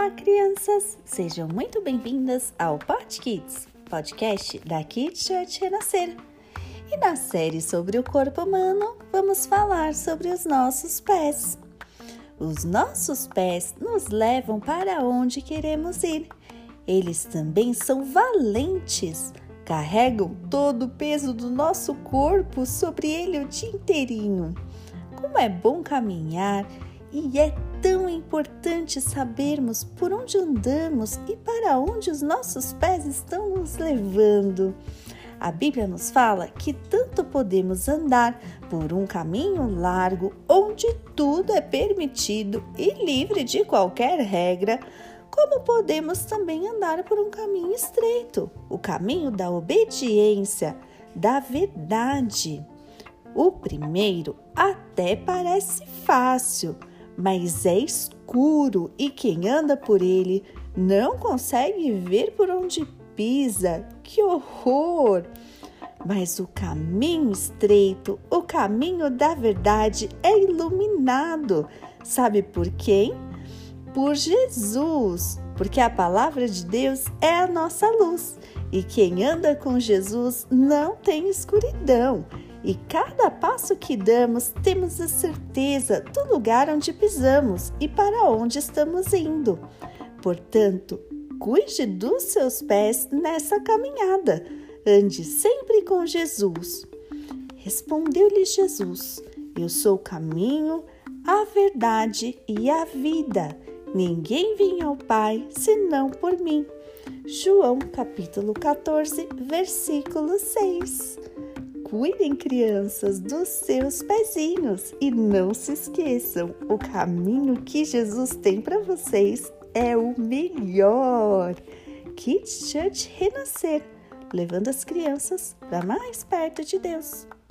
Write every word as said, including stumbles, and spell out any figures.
Olá, crianças! Sejam muito bem-vindas ao Pod Kids, podcast da Kids Church Renascer. E na série sobre o corpo humano, vamos falar sobre os nossos pés. Os nossos pés nos levam para onde queremos ir. Eles também são valentes, carregam todo o peso do nosso corpo sobre ele o dia inteirinho. Como é bom caminhar e é tão importante sabermos por onde andamos e para onde os nossos pés estão nos levando. A Bíblia nos fala que tanto podemos andar por um caminho largo, onde tudo é permitido e livre de qualquer regra, como podemos também andar por um caminho estreito, o caminho da obediência, da verdade. O primeiro até parece fácil, mas é escuro e quem anda por ele não consegue ver por onde pisa. Que horror! Mas o caminho estreito, o caminho da verdade é iluminado. Sabe por quem? Por Jesus, porque a palavra de Deus é a nossa luz. E quem anda com Jesus não tem escuridão. E cada passo que damos, temos a certeza do lugar onde pisamos e para onde estamos indo. Portanto, cuide dos seus pés nessa caminhada. Ande sempre com Jesus. Respondeu-lhe Jesus: Eu sou o caminho, a verdade e a vida. Ninguém vem ao Pai senão por mim. João capítulo catorze, versículo seis. Cuidem, crianças, dos seus pezinhos e não se esqueçam, o caminho que Jesus tem para vocês é o melhor. Kids Church Renascer, levando as crianças para mais perto de Deus.